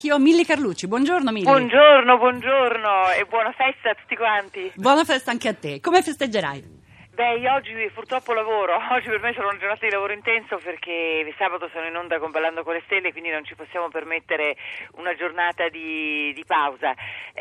Io Milly Carlucci, buongiorno Milly. Buongiorno e buona festa a tutti quanti. Buona festa anche a te. Come festeggerai? Io oggi purtroppo lavoro, oggi per me sarà una giornata di lavoro intenso perché sabato sono in onda con Ballando con le Stelle, quindi non ci possiamo permettere una giornata di pausa,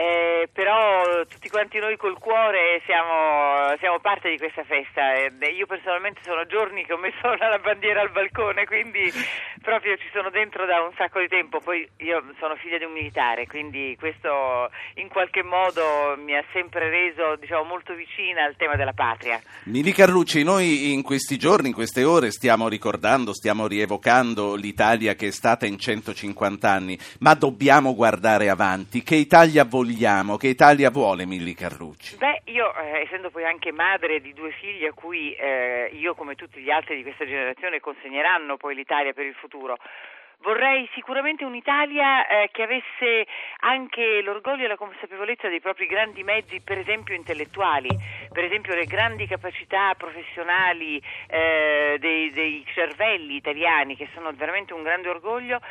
però tutti quanti noi col cuore siamo parte di questa festa. Io personalmente sono giorni che ho messo la bandiera al balcone, quindi proprio ci sono dentro da un sacco di tempo. Poi io sono figlia di un militare, quindi questo in qualche modo mi ha sempre reso, molto vicina al tema della patria. Milly Carlucci, noi in questi giorni, in queste ore stiamo ricordando, stiamo rievocando l'Italia che è stata in 150 anni, ma dobbiamo guardare avanti. Che Italia vogliamo? Che Italia vuole Milly Carlucci? Io essendo poi anche madre di due figli a cui io come tutti gli altri di questa generazione consegneranno poi l'Italia per il futuro, vorrei sicuramente un'Italia che avesse anche l'orgoglio e la consapevolezza dei propri grandi mezzi, per esempio intellettuali, per esempio le grandi capacità professionali dei cervelli italiani, che sono veramente un grande orgoglio,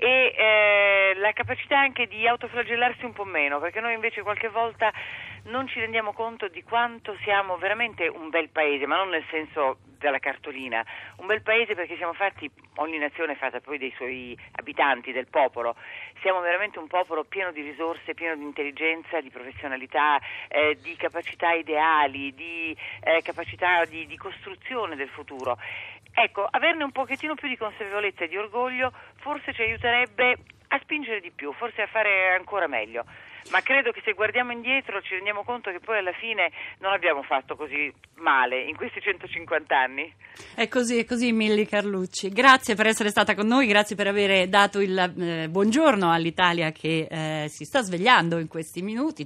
e la capacità anche di autoflagellarsi un po' meno, perché noi invece qualche volta non ci rendiamo conto di quanto siamo veramente un bel paese, ma non nel senso della cartolina, un bel paese perché siamo fatti, ogni nazione è fatta poi dei suoi abitanti, del popolo, siamo veramente un popolo pieno di risorse, pieno di intelligenza, di professionalità, di capacità ideali, di capacità di costruzione del futuro. Ecco, averne un pochettino più di consapevolezza e di orgoglio forse ci aiuterebbe a spingere di più, forse a fare ancora meglio. Ma credo che se guardiamo indietro ci rendiamo conto che poi alla fine non abbiamo fatto così male in questi 150 anni. È così Milly Carlucci. Grazie per essere stata con noi, grazie per aver dato il buongiorno all'Italia che si sta svegliando in questi minuti.